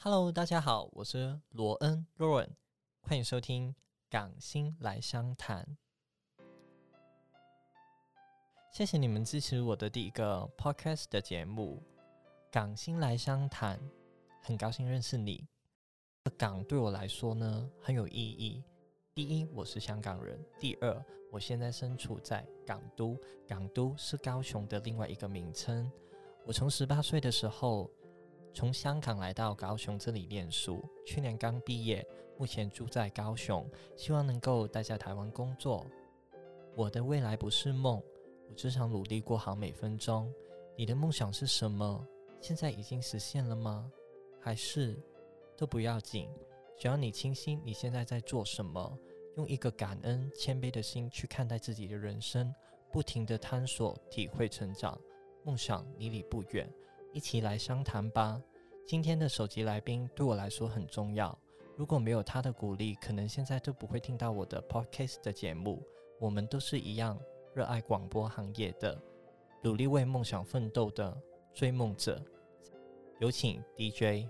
Hello， 大家好，我是罗恩 Lauren， 欢迎收听港星来相谈。谢谢你们支持我的第一个 podcast 的节目港星来相谈，很高兴认识你。港对我来说呢很有意义。第一，我是香港人；第二，我现在身处在港都，港都是高雄的另外一个名称。我从18岁的时候从香港来到高雄这里念书，去年刚毕业，目前住在高雄，希望能够待在台湾工作。我的未来不是梦，我只想努力过好每分钟。你的梦想是什么？现在已经实现了吗？还是都不要紧，只要你清晰你现在在做什么，用一个感恩谦卑的心去看待自己的人生，不停地探索体会成长，梦想离你不远，一起来相谈吧。今天的首集来宾对我来说很重要，如果没有他的鼓励，可能现在都不会听到我的 podcast 的节目。我们都是一样热爱广播行业的，努力为梦想奋斗的追梦者。有请 DJ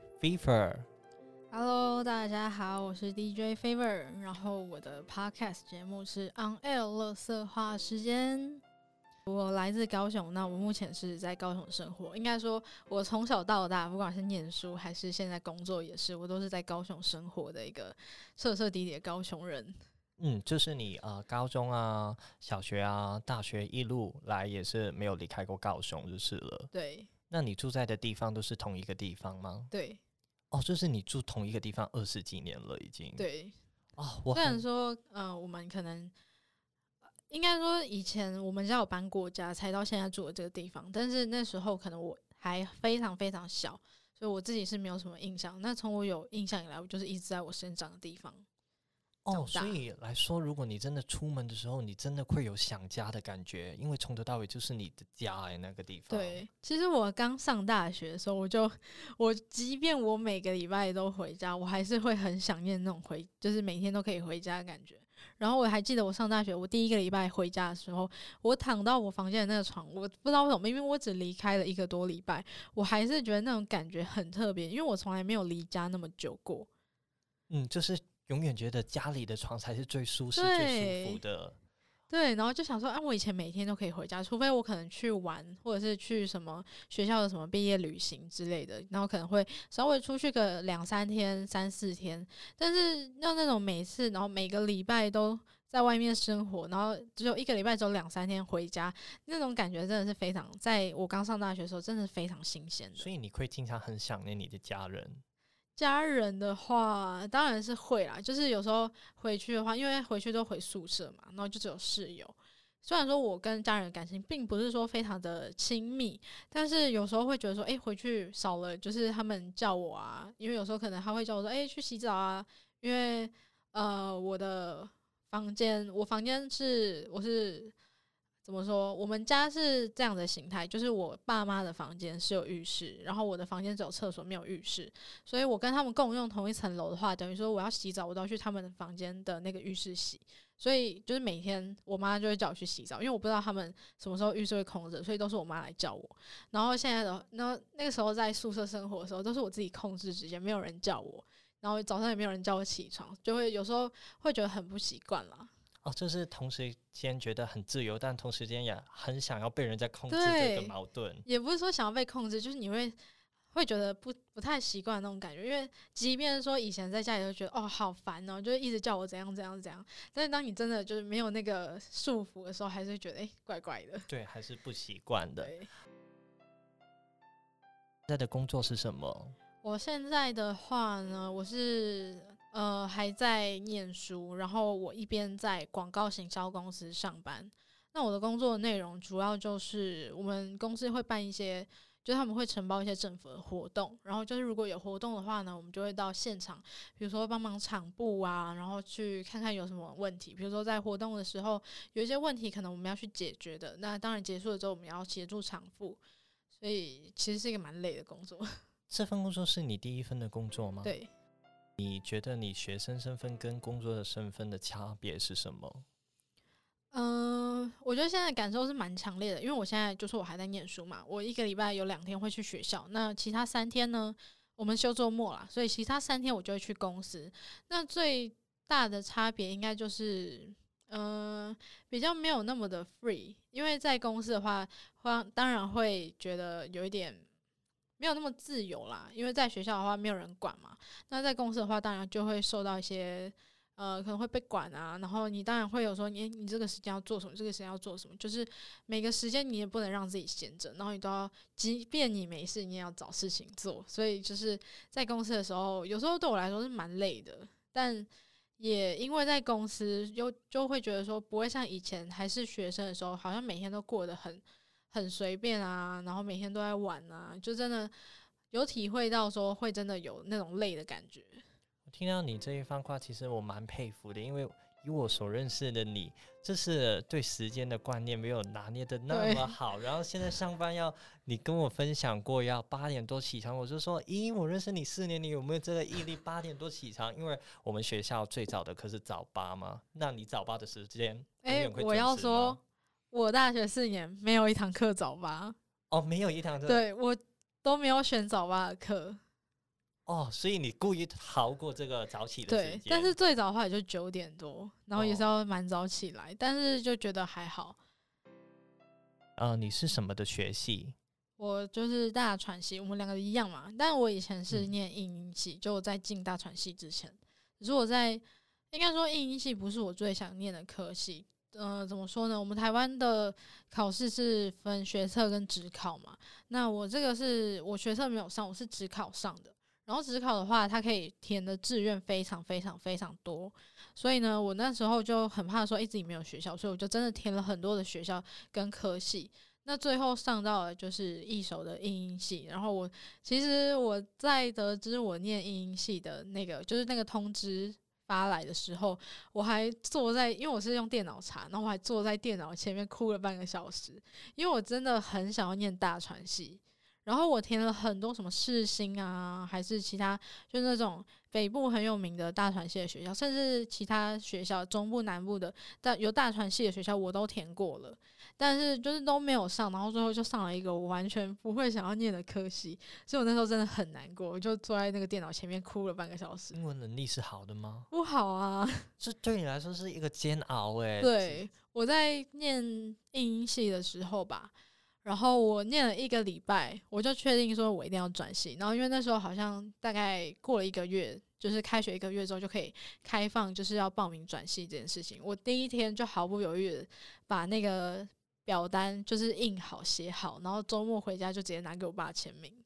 Fever。Hello， 大家好，我是 DJ Fever， 然后我的 podcast 节目是 On Air 垃圾话时间。我来自高雄，那我目前是在高雄生活。应该说，我从小到大，不管是念书还是现在工作，也是我都是在高雄生活的一个彻彻底底的高雄人。 就是你高中啊、小学啊、大学一路来也是没有离开过高雄就是了。 对。 那你住在的地方都是同一个地方吗？ 对。 就是你住同一个地方20几年了已经。 对。虽然说我们可能应该说以前我们家有搬过家才到现在住的这个地方，但是那时候可能我还非常非常小，所以我自己是没有什么印象。那从我有印象以来，我就是一直在我生长的地方。 所以来说，如果你真的出门的时候，你真的会有想家的感觉，因为从头到尾就是你的家那个地方。 对，其实我刚上大学的时候，我即便我每个礼拜都回家，我还是会很想念那种就是每天都可以回家的感觉。然后我还记得我上大学，我第一个礼拜回家的时候，我躺到我房间的那个床，我不知道为什么，因为我只离开了1个多礼拜，我还是觉得那种感觉很特别，因为我从来没有离家那么久过。 就是永远觉得家里的床才是最舒适最舒服的。 对，然后就想说我以前每天都可以回家，除非我可能去玩或者是去什么学校的什么毕业旅行之类的，然后可能会稍微出去个2-3天3、4天，但是要那种每次然后每个礼拜都在外面生活，然后只有1个礼拜只有2-3天回家，那种感觉真的是非常，在我刚上大学的时候真的非常新鲜的。 所以你会经常很想念你的家人？ 家人的话当然是会啦，就是有时候回去的话，因为回去都回宿舍嘛，然后就只有室友。虽然说我跟家人的感情并不是说非常的亲密，但是有时候会觉得说回去少了就是他们叫我啊，因为有时候可能他会叫我说去洗澡啊，因为我的房间我是怎么说？我们家是这样的形态，就是我爸妈的房间是有浴室，然后我的房间只有厕所没有浴室，所以我跟他们共用同一层楼的话，等于说我要洗澡，我都要去他们的房间的那个浴室洗。所以就是每天我妈就会叫我去洗澡，因为我不知道他们什么时候浴室会空着，所以都是我妈来叫我。然后现在的那个时候在宿舍生活的时候，都是我自己控制时间，没有人叫我，然后早上也没有人叫我起床，就会有时候会觉得很不习惯啦。 就是同时间觉得很自由，但同时间也很想要被人家控制，这个矛盾。 也不是说想要被控制，就是你会觉得不太习惯那种感觉，因为即便说以前在家里都觉得好烦哦，就是一直叫我怎样怎样怎样，但是当你真的就是没有那个束缚的时候，还是觉得怪怪的。 对，还是不习惯的。 对。 现在的工作是什么？ 我现在的话呢，我是还在念书，然后我一边在广告行销公司上班。那我的工作内容主要就是我们公司会办一些，就是他们会承包一些政府的活动，然后就是如果有活动的话呢，我们就会到现场，比如说帮忙场布啊，然后去看看有什么问题，比如说在活动的时候有一些问题可能我们要去解决的，那当然结束了之后我们要协助场布，所以其实是一个蛮累的工作。 这份工作是你第一份的工作吗？ 对。 你觉得你学生身份跟工作的身份的差别是什么？ 我觉得现在感受是蛮强烈的，因为我现在就是我还在念书嘛，我1个礼拜有2天会去学校，那其他3天呢， 我们休周末啦，所以其他3天我就会去公司。那最大的差别应该就是比较没有那么的 free， 因为在公司的话当然会觉得有一点没有那么自由啦，因为在学校的话没有人管嘛，那在公司的话当然就会受到一些可能会被管啊，然后你当然会有说你这个时间要做什么，这个时间要做什么，就是每个时间你也不能让自己闲着，然后你都要，即便你没事，你也要找事情做，所以就是在公司的时候，有时候对我来说是蛮累的，但也因为在公司就会觉得说，不会像以前还是学生的时候，好像每天都过得很随便啊，然后每天都在玩啊，就真的有体会到说会真的有那种累的感觉。 听到你这一番话，其实我蛮佩服的，因为以我所认识的你，就是对时间的观念没有拿捏的那么好。然后现在上班你跟我分享过要8点多起床，我就说，咦，我认识你4年，你有没有这个毅力8点多起床？因为我们学校最早的可是早八嘛，那你早八的时间永远会准时吗？ 我要说，我大学4年没有一堂课早八。 哦，没有一堂课， 对，我都没有选早八的课。 哦，所以你故意逃过这个早起的时间。 对，但是最早的话也就9点多，然后也是要蛮早起来，但是就觉得还好。 你是什么的学系？ 我就是大传系，我们2个一样嘛。但我以前是念应英系，就我在进大传系之前，只是应该说应英系不是我最想念的科系。怎么说呢？我们台湾的考试是分学测跟指考嘛。那我这个是我学测没有上，我是指考上的。然后指考的话，它可以填的志愿非常非常非常多，所以呢，我那时候就很怕说，自己没有学校，所以我就真的填了很多的学校跟科系。那最后上到了就是一手的应英系，然后其实我在得知我念应英系的就是那个通知发来的时候，我还因为我是用电脑查，然后我还坐在电脑前面哭了半个小时，因为我真的很想要念大传系。然后我填了很多什么世新啊，还是其他就那种北部很有名的大传系的学校，甚至其他学校中部南部的有大传系的学校我都填过了，但是就是都没有上，然后最后就上了一个我完全不会想要念的科系，所以我那时候真的很难过，我就坐在那个电脑前面哭了半个小时。 英文能力是好的吗？ 不好啊， 这对你来说是一个煎熬欸。 对，我在念应英系的时候吧，然后我念了1个礼拜，我就确定说我一定要转系。然后因为那时候好像大概过了1个月，就是开学1个月之后就可以开放，就是要报名转系这件事情。我第一天就毫不犹豫的把那个表单就是印好写好，然后周末回家就直接拿给我爸签名。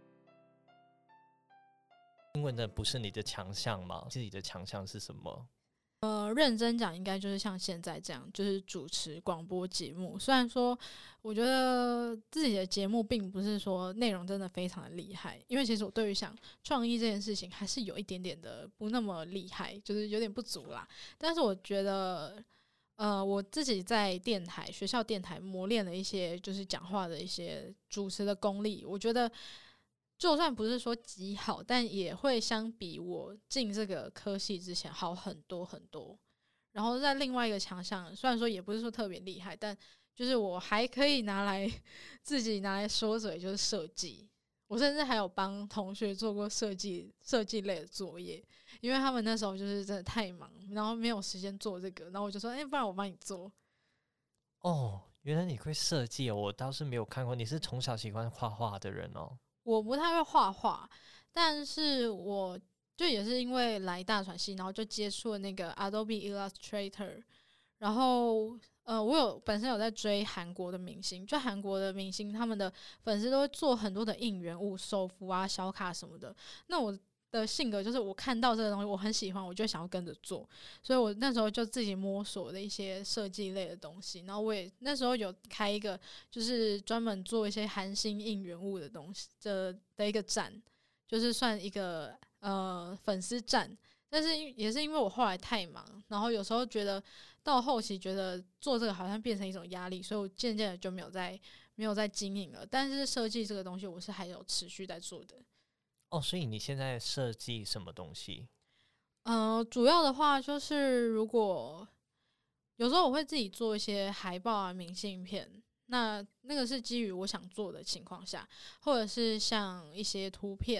英文的不是你的强项吗？自己的强项是什么？ 认真讲，应该就是像现在这样，就是主持广播节目。虽然说，我觉得自己的节目并不是说内容真的非常的厉害，因为其实我对于想创意这件事情还是有一点点的不那么厉害，就是有点不足啦。但是我觉得，我自己在学校电台磨练了一些就是讲话的一些主持的功力，我觉得。就算不是说极好，但也会相比我进这个科系之前好很多很多。然后在另外一个强项，虽然说也不是说特别厉害，但就是我还可以自己拿来说嘴，就是设计。我甚至还有帮同学做过设计类的作业，因为他们那时候就是真的太忙，然后没有时间做这个，然后我就说，不然我帮你做。 哦，原来你会设计哦，我倒是没有看过。你是从小喜欢画画的人哦？ 我不太会画画，但是我就也是因为来大传系，然后就接触了那个 Adobe Illustrator， 然后我本身有在追韩国的明星，就韩国的明星他们的粉丝都会做很多的应援物、手幅啊、小卡什么的，那我的性格就是我看到这个东西我很喜欢，我就想要跟着做，所以我那时候就自己摸索的一些设计类的东西，然后我也那时候有开一个就是专门做一些韩星应援物的东西的一个站，就是算一个粉丝站，但是也是因为我后来太忙，然后有时候觉得到后期觉得做这个好像变成一种压力，所以我渐渐的就没有再经营了，但是设计这个东西我是还有持续在做的。 哦，所以你现在设计什么东西？ 主要的话就是如果有时候我会自己做一些海报啊、明信片，那个是基于我想做的情况下，或者是像一些图片，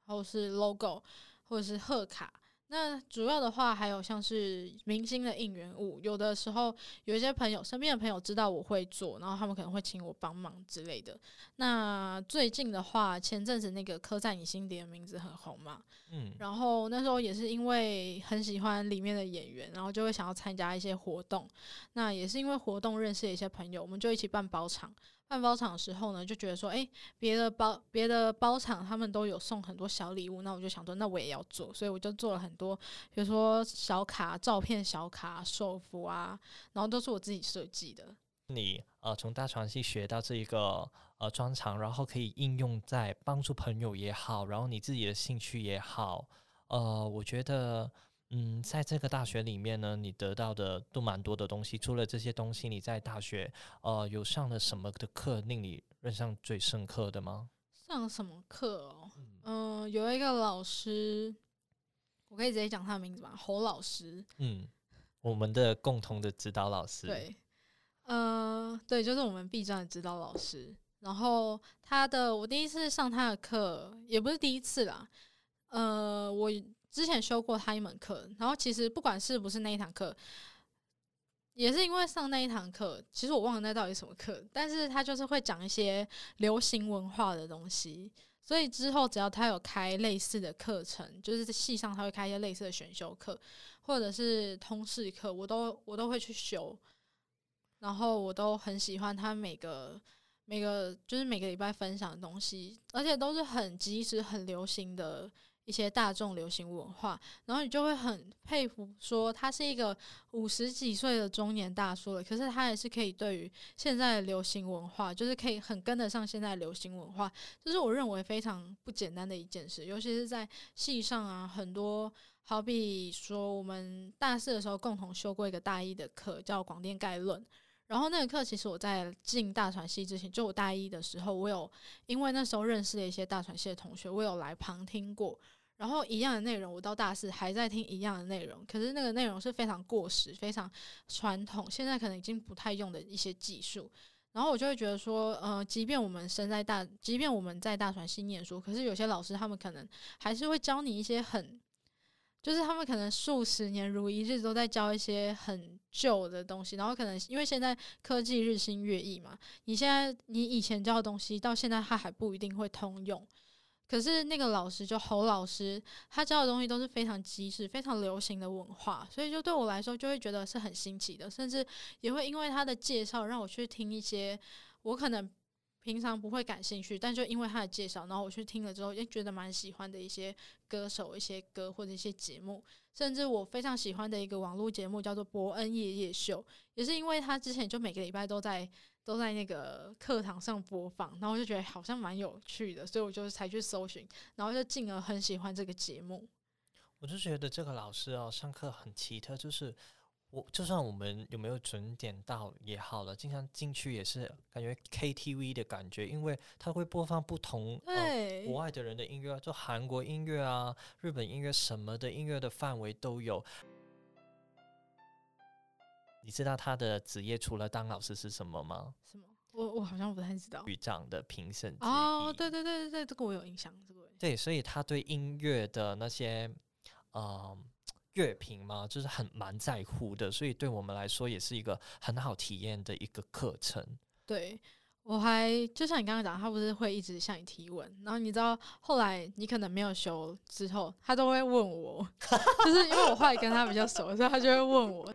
或是 logo 或者是贺卡。那主要的话还有像是明星的应援物，有的时候有一些朋友身边的朋友知道我会做，然后他们可能会请我帮忙之类的。那最近的话，前阵子那个刻在你心底的名字很红嘛，然后那时候也是因为很喜欢里面的演员，然后就会想要参加一些活动。那也是因为活动认识了一些朋友，我们就一起办包场。办包场的时候呢，就觉得说，别的包场他们都有送很多小礼物，那我就想说，那我也要做，所以我就做了很多，比如说小卡、照片小卡、手幅啊，然后都是我自己设计的。 你从大传系学到这一个专长，然后可以应用在帮助朋友也好，然后你自己的兴趣也好，我觉得在这个大学里面呢，你得到的都蛮多的东西。除了这些东西，你在大学有上了什么的课令你印象最深刻的吗？ 上什么课哦？有一个老师，我可以直接讲他的名字吗？侯老师。 我们的共同的指导老师。 对，对，就是我们 B 站的指导老师。然后我第一次上他的课，也不是第一次啦。我之前修过他一门课，然后其实不管是不是那一堂课，也是因为上那一堂课，其实我忘了那到底什么课，但是他就是会讲一些流行文化的东西，所以之后只要他有开类似的课程，就是在系上他会开一些类似的选修课，或者是通识课，我都会去修。然后我都很喜欢他就是每个礼拜分享的东西，而且都是很及时、很流行的一些大众流行文化，然后你就会很佩服，说他是一个50几岁的中年大叔了，可是他也是可以对于现在的流行文化，就是可以很跟得上现在的流行文化，这是我认为非常不简单的一件事，尤其是在系上啊，很多。好比说，我们大四的时候共同修过一个大一的课，叫广电概论。然后那个课其实我在进大传系之前，就我大一的时候，我有因为那时候认识了一些大传系的同学，我有来旁听过。然后一样的内容，我到大四还在听一样的内容，可是那个内容是非常过时、非常传统，现在可能已经不太用的一些技术。然后我就会觉得说，即便我们在大传系念书，可是有些老师他们可能还是会教你一些就是他们可能数十年如一日都在教一些很旧的东西，然后可能因为现在科技日新月异嘛，你以前教的东西到现在它还不一定会通用。可是那个老师就侯老师，他教的东西都是非常及时、非常流行的文化，所以就对我来说就会觉得是很新奇的，甚至也会因为他的介绍让我去听一些我可能平常不会感兴趣，但就因为他的介绍，然后我去听了之后，也觉得蛮喜欢的一些歌手、一些歌或者一些节目，甚至我非常喜欢的一个网络节目叫做伯恩夜夜秀，也是因为他之前就每个礼拜都在那个课堂上播放，然后我就觉得好像蛮有趣的，所以我就才去搜寻，然后就进而很喜欢这个节目。 我就觉得这个老师上课很奇特，就是就算我们有没有准点到也好了，经常进去也是感觉 KTV 的感觉，因为他会播放不同国外的人的音乐，就韩国音乐啊、日本音乐什么的音乐的范围都有。你知道他的职业除了当老师是什么吗？ 什么？我好像不太知道。 语长的评审之一。对，这个我有印象。 对，所以他对音乐的那些乐评嘛，就是蛮在乎的，所以对我们来说也是一个很好体验的一个课程。 对，就像你刚刚讲，他不是会一直向你提问，然后你知道后来你可能没有修之后，他都会问我，就是因为我后来跟他比较熟，所以他就会问我。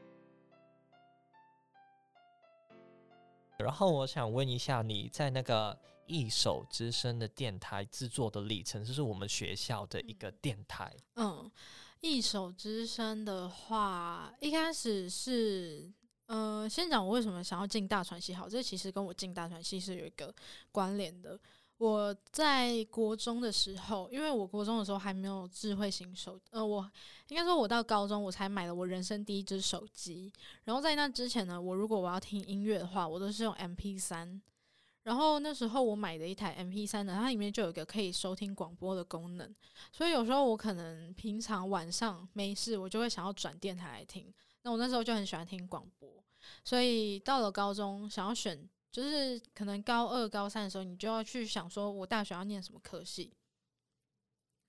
然后我想问一下，你在那个一手之声的电台制作的历程，这是我们学校的一个电台。 一手之声的话，一开始是先讲我为什么想要进大传系好，这其实跟我进大传系是有一个关联的。我在国中的时候，因为我国中的时候还没有智慧型手，我应该说我到高中我才买了我人生第一只手机。然后在那之前呢，如果我要听音乐的话，我都是用 MP3。然后那时候我买的一台 MP3 呢，它里面就有一个可以收听广播的功能，所以有时候我可能平常晚上没事，我就会想要转电台来听。那我那时候就很喜欢听广播，所以到了高中想要选。就是可能高2、高3的时候，你就要去想说，我大学要念什么科系。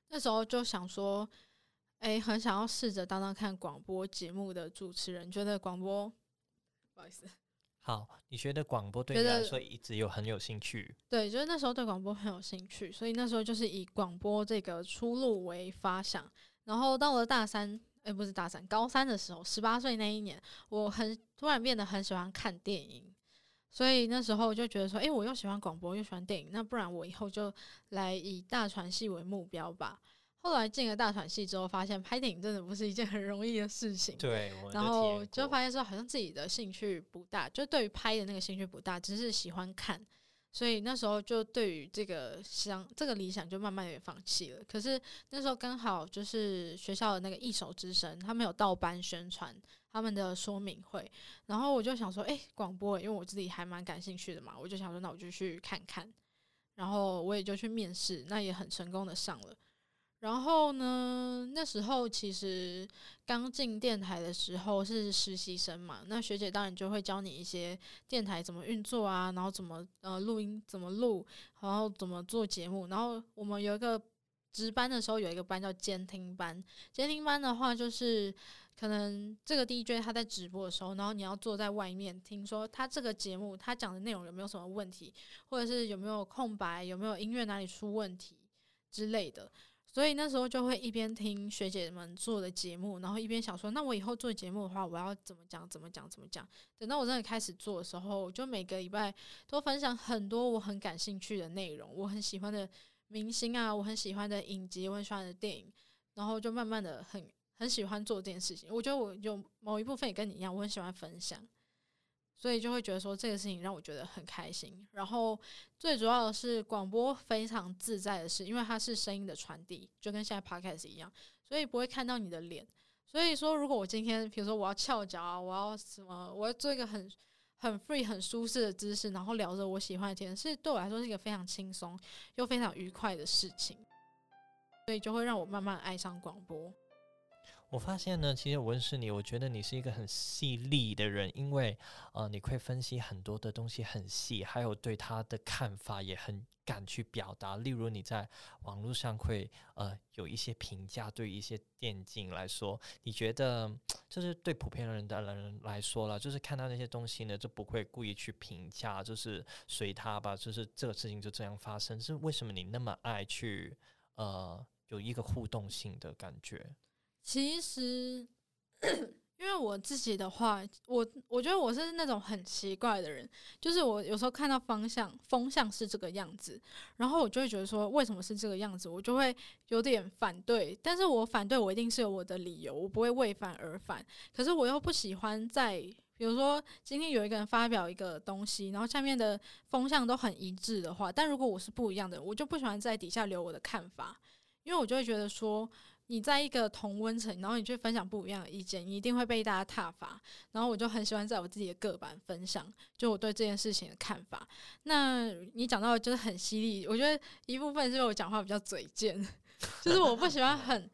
那时候就想说，很想要试着当当看广播节目的主持人，觉得广播，不好意思， 好，你觉得广播对你来说一直很有兴趣？ 对，就是那时候对广播很有兴趣，所以那时候就是以广播这个出路为发想。然后到了大三，不是大三，高三的时候，18岁那一年，我突然变得很喜欢看电影，所以那时候就觉得说，我又喜欢广播又喜欢电影，那不然我以后就来以大传系为目标吧。后来进了大传系之后，发现拍电影真的不是一件很容易的事情。 对， 然后就发现说，好像自己的兴趣不大，就对于拍的那个兴趣不大，只是喜欢看。所以那时候就对于这个理想就慢慢也放弃了。可是那时候刚好就是学校的那个一手之声，他们有到班宣传他们的说明会，然后我就想说，广播，因为我自己还蛮感兴趣的嘛，我就想说，那我就去看看。然后我也就去面试，那也很成功的上了。然后呢，那时候其实刚进电台的时候是实习生嘛，那学姐当然就会教你一些电台怎么运作啊，然后怎么录音怎么录，然后怎么做节目。然后我们有一个值班的时候有一个班叫监听班，监听班的话就是可能这个 DJ 他在直播的时候，然后你要坐在外面听说他这个节目他讲的内容有没有什么问题，或者是有没有空白，有没有音乐哪里出问题之类的。所以那时候就会一边听学姐们做的节目，然后一边想说，那我以后做节目的话，我要怎么讲。等到我真的开始做的时候，我就每个礼拜都分享很多我很感兴趣的内容，我很喜欢的明星啊，我很喜欢的影集，我很喜欢的电影，然后就慢慢的很喜欢做这件事情。我觉得我有某一部分也跟你一样，我很喜欢分享。所以就会觉得说这个事情让我觉得很开心。然后最主要的是广播非常自在的是，因为它是声音的传递，就跟现在 podcast 一样，所以不会看到你的脸。所以说如果我今天比如说我要翘脚啊，我要做一个很 free 很舒适的姿势，然后聊着我喜欢的天，是对我来说是一个非常轻松又非常愉快的事情，所以就会让我慢慢爱上广播。 我发现呢，其实我认识你，我觉得你是一个很细腻的人，因为你会分析很多的东西很细，还有对他的看法也很敢去表达。例如你在网络上会有一些评价，对于一些电竞来说，你觉得就是对普遍的人来说啦，就是看到那些东西呢，就不会故意去评价，就是随他吧，就是这个事情就这样发生。是为什么你那么爱去有一个互动性的感觉？ 其实因为我自己的话，我觉得我是那种很奇怪的人，就是我有时候看到风向是这个样子，然后我就会觉得说为什么是这个样子，我就会有点反对，但是我反对我一定是有我的理由，我不会为反而反。可是我又不喜欢比如说今天有一个人发表一个东西，然后下面的风向都很一致的话，但如果我是不一样的，我就不喜欢在底下留我的看法，因为我就会觉得说你在一个同温层，然后你去分享不一样的意见，你一定会被大家挞伐。然后我就很喜欢在我自己的个版分享，就我对这件事情的看法。那你讲到就是很犀利，我觉得一部分是因为我讲话比较嘴贱，就是我不喜欢很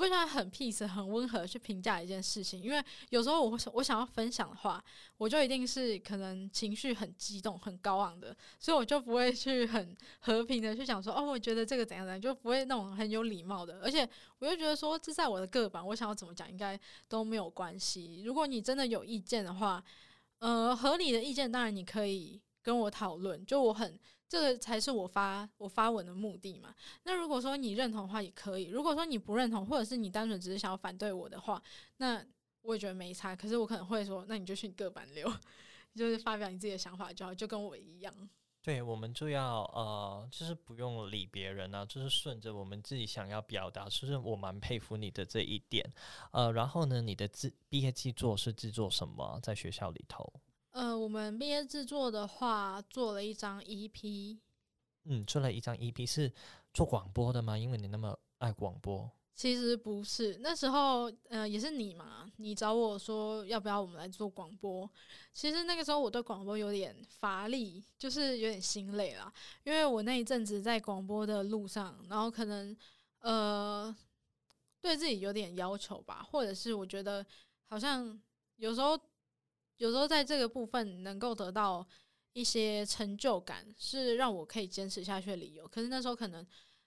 peace 很温和去评价一件事情，因为有时候我想要分享的话，我就一定是可能情绪很激动很高昂的，所以我就不会去很和平的去讲说我觉得这个怎样怎样，就不会那种很有礼貌的。而且我就觉得说这在我的个版，我想要怎么讲应该都没有关系。如果你真的有意见的话，合理的意见当然你可以跟我讨论，就这个才是我发文的目的嘛。那如果说你认同的话也可以，如果说你不认同，或者是你单纯只是想要反对我的话，那我也觉得没差。可是我可能会说，那你就去你个版留，就是发表你自己的想法就好，就跟我一样。 对，我们就要就是不用理别人啊，就是顺着我们自己想要表达。就是我蛮佩服你的这一点。然后呢，你的毕业制作是制作什么？在学校里头？ 我们毕业制作的话，做了一张 EP。 做了一张 EP 是做广播的吗？因为你那么爱广播。 其实不是，那时候也是你嘛，你找我说要不要我们来做广播。其实那个时候我对广播有点乏力，就是有点心累啦，因为我那一阵子在广播的路上，然后可能对自己有点要求吧，或者是我觉得好像有时候在这个部分能够得到一些成就感，是让我可以坚持下去的理由。可是那时候可能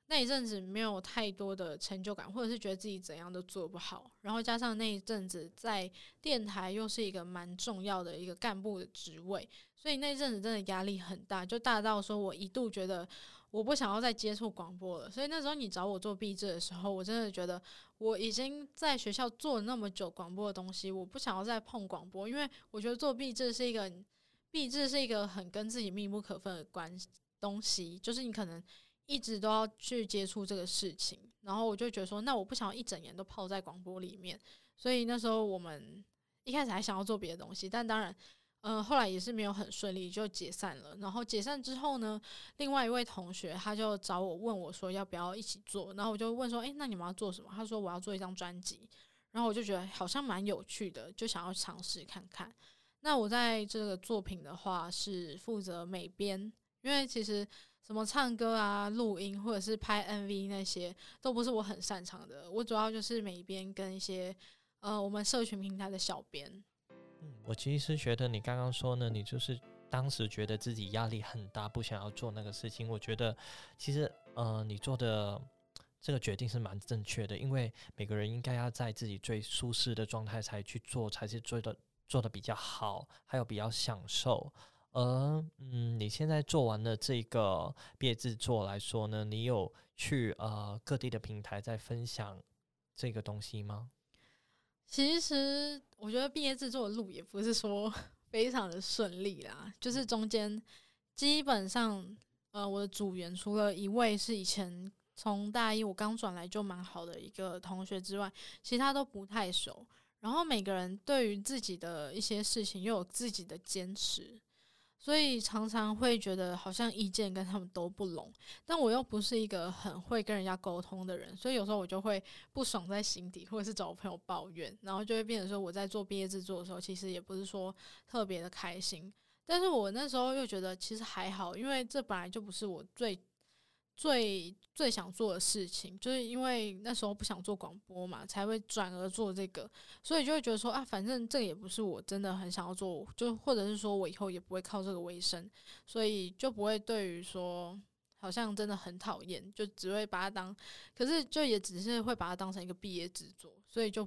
那一阵子没有太多的成就感，或者是觉得自己怎样都做不好，然后加上那一阵子在电台又是一个蛮重要的一个干部的职位，所以那一阵子真的压力很大，就大到说我一度觉得我不想要再接触广播了。所以那时候你找我做毕制的时候，我真的觉得我已经在学校做了那么久广播的东西，我不想要再碰广播，因为我觉得做毕制是一个很跟自己密不可分的东西，就是你可能一直都要去接触这个事情，然后我就觉得说，那我不想要一整年都泡在广播里面，所以那时候我们一开始还想要做别的东西，但当然，后来也是没有很顺利，就解散了。然后解散之后呢，另外一位同学他就找我问我说要不要一起做，然后我就问说，那你们要做什么？他说我要做一张专辑，然后我就觉得好像蛮有趣的，就想要尝试看看。那我在这个作品的话是负责美编，因为其实什么唱歌啊、录音或者是拍 MV 那些都不是我很擅长的，我主要就是美编跟一些我们社群平台的小编。 我其实觉得你刚刚说呢，你就是当时觉得自己压力很大，不想要做那个事情。我觉得其实你做的这个决定是蛮正确的，因为每个人应该要在自己最舒适的状态才去做，才是做的比较好，还有比较享受。你现在做完了这个毕业制作来说呢，你有去各地的平台在分享这个东西吗？ 其实我觉得毕业制作的路也不是说非常的顺利啦，就是中间基本上我的组员除了一位是以前从大一我刚转来就蛮好的一个同学之外，其他都不太熟。然后每个人对于自己的一些事情又有自己的坚持，所以常常会觉得好像意见跟他们都不拢，但我又不是一个很会跟人家沟通的人，所以有时候我就会不爽在心底，或者是找我朋友抱怨，然后就会变成说我在做毕业制作的时候，其实也不是说特别的开心，但是我那时候又觉得其实还好，因为这本来就不是我最想做的事情，就是因为那时候不想做广播嘛，才会转而做这个，所以就会觉得说反正这个也不是我真的很想要做，就或者是说我以后也不会靠这个为生，所以就不会对于说好像真的很讨厌，就只会把它当，可是就也只是会把它当成一个毕业制作，所以就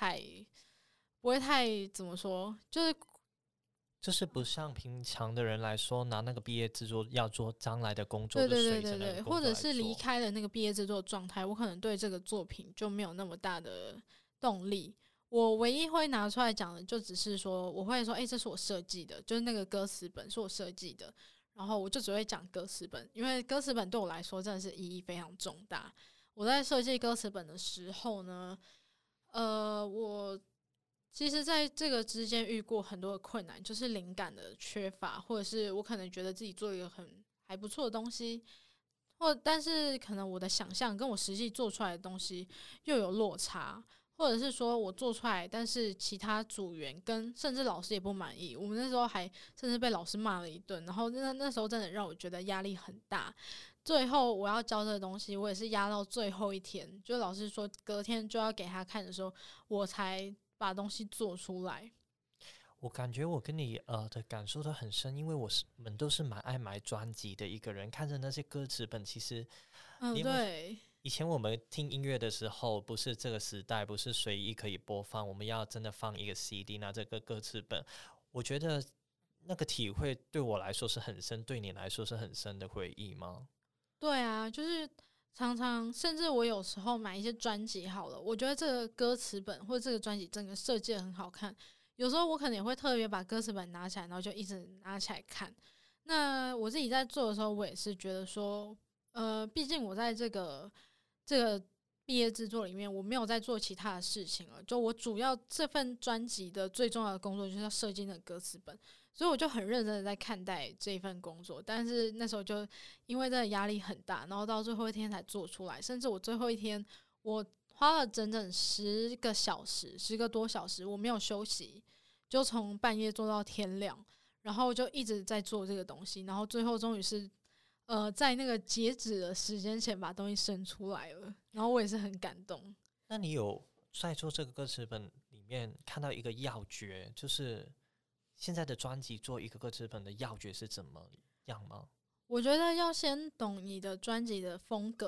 不会太怎么说， 就是不像平常的人来说，拿那个毕业制作要做将来的工作， 对对就随着对对对， 那个工作来或者是离做。 开了那个毕业制作状态，我可能对这个作品就没有那么大的动力。我唯一会拿出来讲的，就只是说，我会说，这是我设计的，就是那个歌词本是我设计的，然后我就只会讲歌词本，因为歌词本对我来说真的是意义非常重大。我在设计歌词本的时候呢，我其实在这个之间遇过很多的困难，就是灵感的缺乏，或者是我可能觉得自己做一个还不错的东西，但是可能我的想象跟我实际做出来的东西又有落差，或者是说我做出来，但是其他组员跟甚至老师也不满意，我们那时候还甚至被老师骂了一顿，然后那时候真的让我觉得压力很大。最后我要交这个东西，我也是压到最后一天，就老师说隔天就要给他看的时候，我才把东西做出来。 我感觉我跟你的感受都很深，因为们都是蛮爱买专辑的一个人，看着那些歌词本，其实对， 以前我们听音乐的时候，不是这个时代，不是随意可以播放，我们要真的放一个 CD，拿这个歌词本，我觉得那个体会对我来说是很深，对你来说是很深的回忆吗？ 对啊，就是常常，甚至我有时候买一些专辑好了，我觉得这个歌词本或者这个专辑整个设计得很好看，有时候我可能也会特别把歌词本拿起来，然后就一直拿起来看。那我自己在做的时候，我也是觉得说，毕竟我在这个毕业制作里面，我没有在做其他的事情了，就我主要这份专辑的最重要的工作就是要设计那个歌词本。所以我就很认真的在看待这一份工作，但是那时候就因为这个压力很大，然后到最后一天才做出来，甚至我最后一天我花了整整10个多小时，我没有休息，就从半夜做到天亮，然后就一直在做这个东西，然后最后终于是在那个截止的时间前把东西生出来了，然后我也是很感动。 那你有在做这个歌词本里面看到一个要诀，就是现在的专辑做一个歌词本的要诀是怎么样吗？ 我觉得要先懂你的专辑的风格，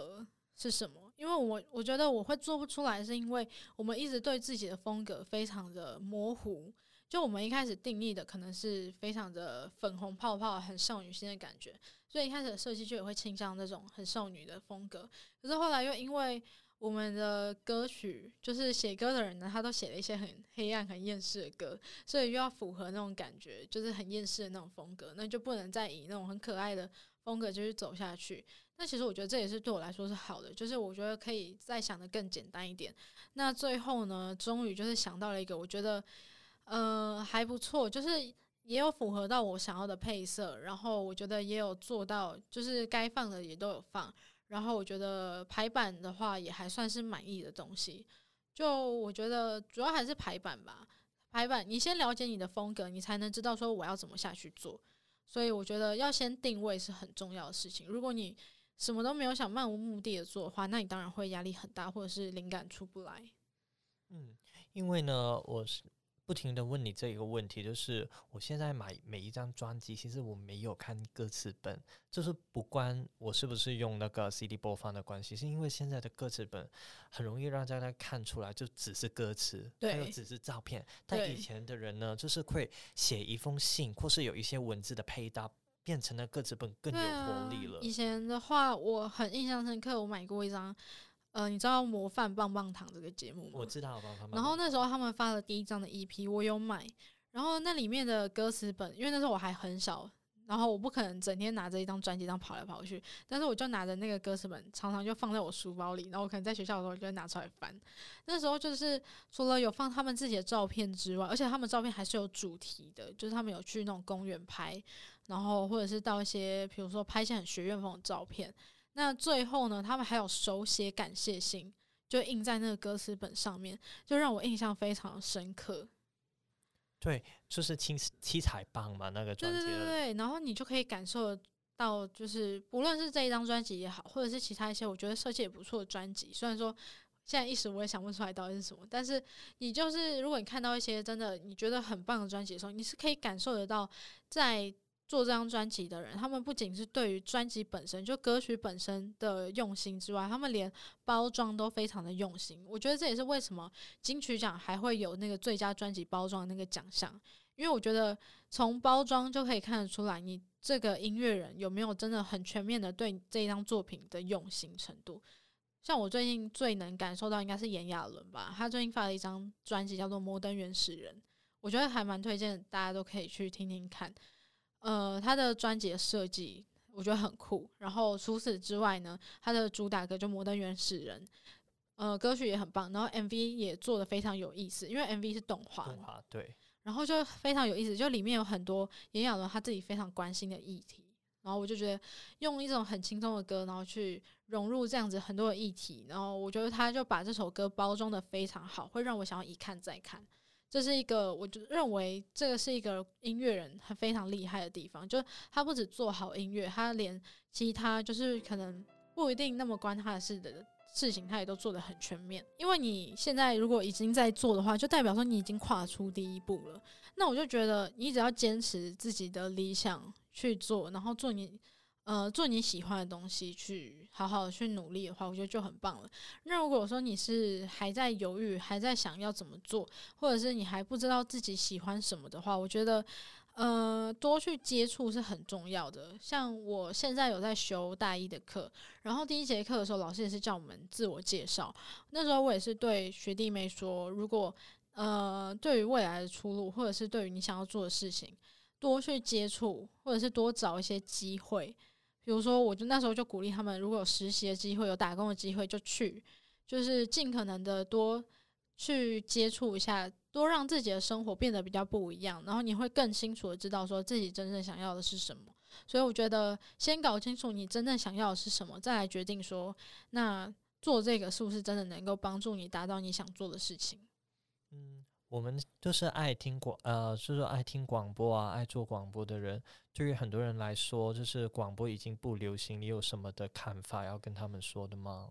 是什么？因为我觉得我会做不出来，是因为我们一直对自己的风格非常的模糊。就我们一开始定义的可能是非常的粉红泡泡、很少女心的感觉，所以一开始的设计就也会倾向那种很少女的风格。可是后来又因为我们的歌曲，就是写歌的人呢，他都写了一些很黑暗、很厌世的歌，所以又要符合那种感觉，就是很厌世的那种风格，那就不能再以那种很可爱的风格继续走下去。那其实我觉得这也是对我来说是好的，就是我觉得可以再想得更简单一点。那最后呢，终于就是想到了一个我觉得还不错，就是也有符合到我想要的配色，然后我觉得也有做到，就是该放的也都有放，然后我觉得排版的话也还算是满意的东西。就我觉得主要还是排版吧，排版你先了解你的风格，你才能知道说我要怎么下去做。所以我觉得要先定位是很重要的事情。如果你什么都没有想漫无目的的做的话，那你当然会压力很大，或者是灵感出不来。 因为呢，我是不停的问你这一个问题，就是我现在买每一张专辑，其实我没有看歌词本，就是不关我是不是用那个 CD 播放的关系，是因为现在的歌词本很容易让大家看出来就只是歌词，还有只是照片。但以前的人呢，就是会写一封信，或是有一些文字的配搭，变成了歌词本更有活力了。 以前的话，我很印象深刻，我买过一张。你知道模范棒棒糖这个节目吗？ 我知道棒棒糖。 然后那时候他们发了第一张的 EP， 我有买。然后那里面的歌词本，因为那时候我还很小，然后我不可能整天拿着一张专辑这样跑来跑去，但是我就拿着那个歌词本，常常就放在我书包里，然后我可能在学校的时候就会拿出来翻。那时候就是除了有放他们自己的照片之外，而且他们照片还是有主题的，就是他们有去那种公园拍，然后或者是到一些比如说拍一些很学院风的照片。那最后呢，他们还有手写感谢信，就印在那个歌词本上面，就让我印象非常深刻。 对，就是七彩棒嘛，那个专辑。 对，然后你就可以感受到，就是不论是这一张专辑也好，或者是其他一些我觉得设计也不错的专辑，虽然说现在一时我也想不出来到底是什么，但是你就是如果你看到一些真的你觉得很棒的专辑的时候，你是可以感受得到在做这张专辑的人，他们不仅是对于专辑本身就歌曲本身的用心之外，他们连包装都非常的用心。我觉得这也是为什么金曲奖还会有那个最佳专辑包装的那个奖项，因为我觉得从包装就可以看得出来你这个音乐人有没有真的很全面的对这一张作品的用心程度。像我最近最能感受到应该是炎亚纶吧，他最近发了一张专辑叫做《摩登原始人》，我觉得还蛮推荐大家都可以去听听看。他的专辑的设计我觉得很酷，然后除此之外呢，他的主打歌就《摩登原始人》，歌曲也很棒，然后 MV 也做得非常有意思，因为 MV 是动画， 对， 然后就非常有意思，就里面有很多炎亚纶他自己非常关心的议题，然后我就觉得用一种很轻松的歌，然后去融入这样子很多的议题，然后我觉得他就把这首歌包装得非常好，会让我想要一看再看。这是一个我就认为这个是一个音乐人他非常厉害的地方，就他不只做好音乐，他连其他就是可能不一定那么关他的事情他也都做得很全面。因为你现在如果已经在做的话，就代表说你已经跨出第一步了。那我就觉得你只要坚持自己的理想去做，然后做你喜欢的东西，去好好的去努力的话，我觉得就很棒了。那如果说你是还在犹豫，还在想要怎么做，或者是你还不知道自己喜欢什么的话，我觉得多去接触是很重要的。像我现在有在修大一的课，然后第一节课的时候，老师也是叫我们自我介绍。那时候我也是对学弟妹说，如果对于未来的出路，或者是对于你想要做的事情，多去接触，或者是多找一些机会。比如说，我就那时候就鼓励他们，如果有实习的机会、有打工的机会，就去，就是尽可能的多去接触一下，多让自己的生活变得比较不一样，然后你会更清楚的知道说自己真正想要的是什么。所以我觉得，先搞清楚你真正想要的是什么，再来决定说，那做这个是不是真的能够帮助你达到你想做的事情。 我们就是爱听广播啊，爱做广播的人，对于很多人来说，就是广播已经不流行，你有什么的看法要跟他们说的吗？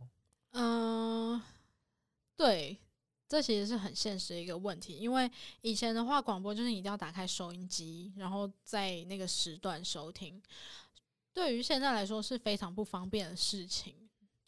对，这其实是很现实的一个问题，因为以前的话，广播就是你一定要打开收音机，然后在那个时段收听，对于现在来说是非常不方便的事情。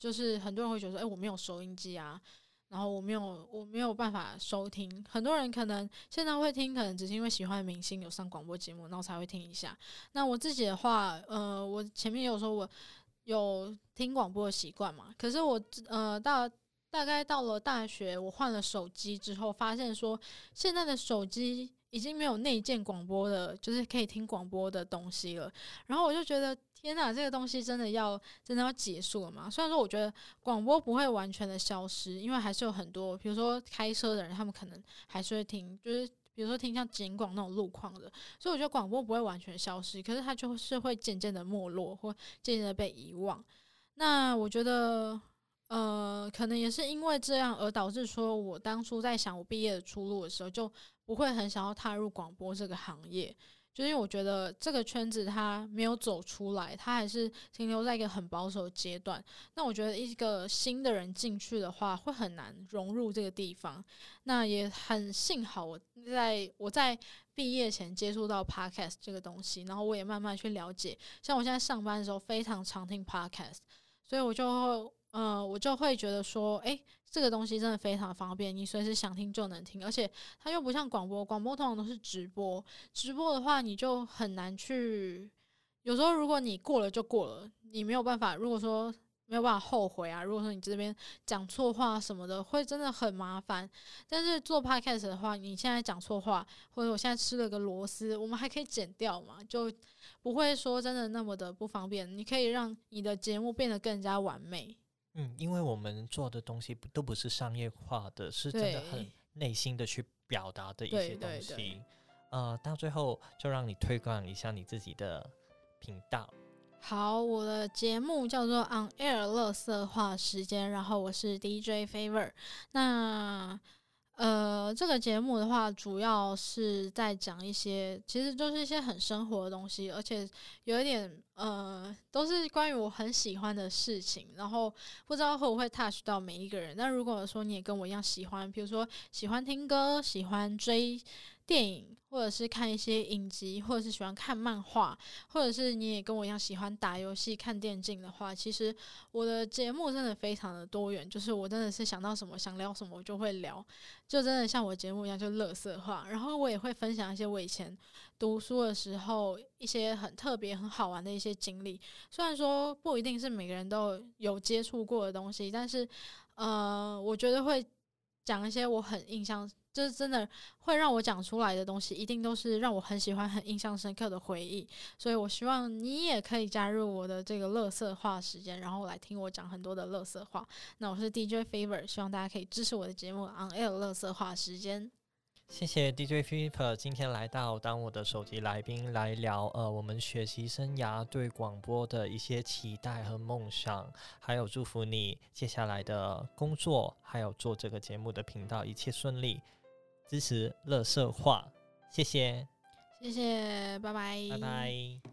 就是很多人会觉得说，我没有收音机啊，然后我没有办法收听。很多人可能现在会听，可能只是因为喜欢的明星有上广播节目，然后才会听一下。那我自己的话，我前面也有说我有听广播的习惯嘛，可是我大概到了大学，我换了手机之后，发现说现在的手机已经没有内建广播的，就是可以听广播的东西了。然后我就觉得，天哪，这个东西真的要结束了吗？虽然说我觉得广播不会完全的消失，因为还是有很多，比如说开车的人，他们可能还是会听，就是比如说听像警广那种路况的，所以我觉得广播不会完全消失，可是它就是会渐渐的没落，或渐渐的被遗忘。那我觉得。可能也是因为这样而导致说，我当初在想我毕业的出路的时候，就不会很想要踏入广播这个行业，就是因为我觉得这个圈子它没有走出来，它还是停留在一个很保守的阶段。那我觉得一个新的人进去的话，会很难融入这个地方。那也很幸好我在毕业前接触到 podcast 这个东西，然后我也慢慢去了解。像我现在上班的时候，非常常听 podcast，所以我就会觉得说，这个东西真的非常方便，你随时想听就能听，而且它又不像广播，广播通常都是直播，直播的话你就很难去，有时候如果你过了就过了，你没有办法，如果说没有办法后悔啊，如果说你这边讲错话什么的，会真的很麻烦。但是做 podcast 的话，你现在讲错话，或者我现在吃了个螺丝，我们还可以剪掉嘛，就不会说真的那么的不方便，你可以让你的节目变得更加完美。 因为我们做的东西都不是商业化的，是真的很内心的去表达的一些东西。 对， 到最后就让你推广一下你自己的频道。 好，我的节目叫做 On Air 垃圾话时间，然后我是 DJ Favor。那这个节目的话，主要是在讲一些，其实就是一些很生活的东西，而且有一点都是关于我很喜欢的事情，然后不知道会不会 touch 到每一个人。但如果说你也跟我一样喜欢，比如说喜欢听歌，喜欢追电影，或者是看一些影集，或者是喜欢看漫画，或者是你也跟我一样喜欢打游戏、看电竞的话，其实我的节目真的非常的多元，就是我真的是想到什么想聊什么我就会聊，就真的像我节目一样就垃圾话。然后我也会分享一些我以前读书的时候一些很特别很好玩的一些经历，虽然说不一定是每个人都有接触过的东西，但是我觉得会讲一些我很印象，就是真的会让我讲出来的东西，一定都是让我很喜欢、很印象深刻的回忆。所以我希望你也可以加入我的这个垃圾话时间，然后来听我讲很多的垃圾话。那我是 DJ Favor， 希望大家可以支持我的节目 On Air 垃圾话时间。 谢谢 DJ Favor 今天来到当我的首席来宾，来聊我们学习生涯对广播的一些期待和梦想，还有祝福你接下来的工作，还有做这个节目的频道一切顺利，支持垃圾话，谢谢， 谢谢，拜拜， 拜拜。